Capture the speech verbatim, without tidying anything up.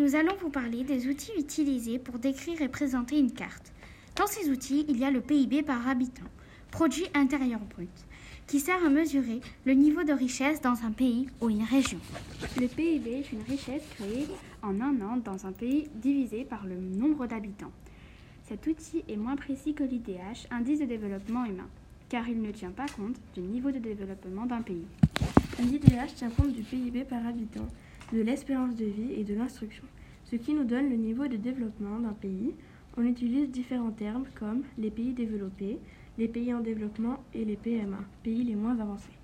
Nous allons vous parler des outils utilisés pour décrire et présenter une carte. Dans ces outils, il y a le P I B par habitant, produit intérieur brut, qui sert à mesurer le niveau de richesse dans un pays ou une région. Le P I B est une richesse créée en un an dans un pays divisé par le nombre d'habitants. Cet outil est moins précis que l'I D H, indice de développement humain, car il ne tient pas compte du niveau de développement d'un pays. L'I D H tient compte du P I B par habitant, de l'espérance de vie et de l'instruction, ce qui nous donne le niveau de développement d'un pays. On utilise différents termes comme les pays développés, les pays en développement et les P M A, pays les moins avancés.